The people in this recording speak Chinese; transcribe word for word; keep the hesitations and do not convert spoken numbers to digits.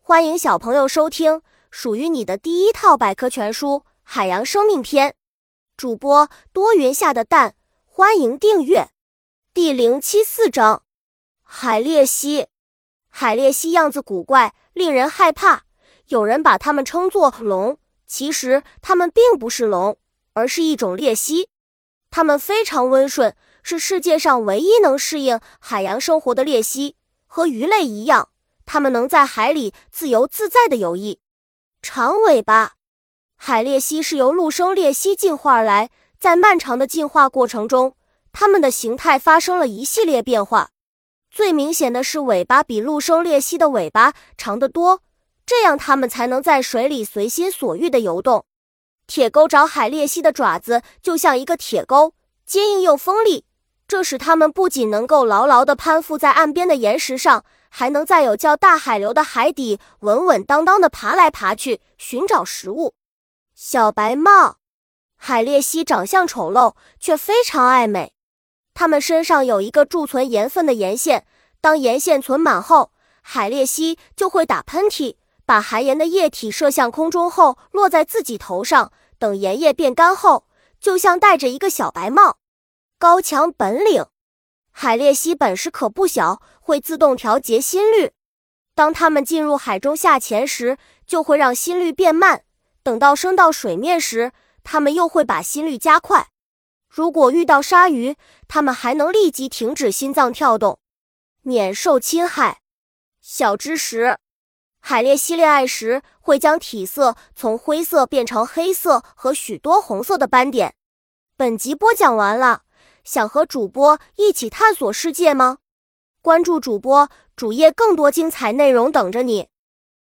欢迎小朋友收听属于你的第一套百科全书《海洋生命篇》，主播多云下的蛋，欢迎订阅。第零七四章，海鬣蜥。海鬣蜥样子古怪，令人害怕，有人把它们称作龙，其实它们并不是龙，而是一种鬣蜥。它们非常温顺，是世界上唯一能适应海洋生活的鬣蜥，和鱼类一样，它们能在海里自由自在地游弋。长尾巴。海鬣蜥是由陆生鬣蜥进化而来，在漫长的进化过程中，它们的形态发生了一系列变化。最明显的是尾巴比陆生鬣蜥的尾巴长得多，这样它们才能在水里随心所欲地游动。铁钩爪海鬣蜥的爪子就像一个铁钩，坚硬又锋利，这使它们不仅能够牢牢地攀附在岸边的岩石上，还能在有叫大海流的海底稳稳当当地爬来爬去，寻找食物。小白帽。海鬣蜥长相丑陋，却非常爱美。它们身上有一个贮存盐分的盐腺，当盐腺存满后，海鬣蜥就会打喷嚏，把含盐的液体射向空中后落在自己头上，等盐液变干后，就像戴着一个小白帽。高强本领。海鬣蜥本事可不小，会自动调节心率。当它们进入海中下潜时，就会让心率变慢，等到升到水面时，它们又会把心率加快。如果遇到鲨鱼，它们还能立即停止心脏跳动，免受侵害。小知识：海鬣蜥恋爱时会将体色从灰色变成黑色和许多红色的斑点。本集播讲完了，想和主播一起探索世界吗？关注主播主页，更多精彩内容等着你。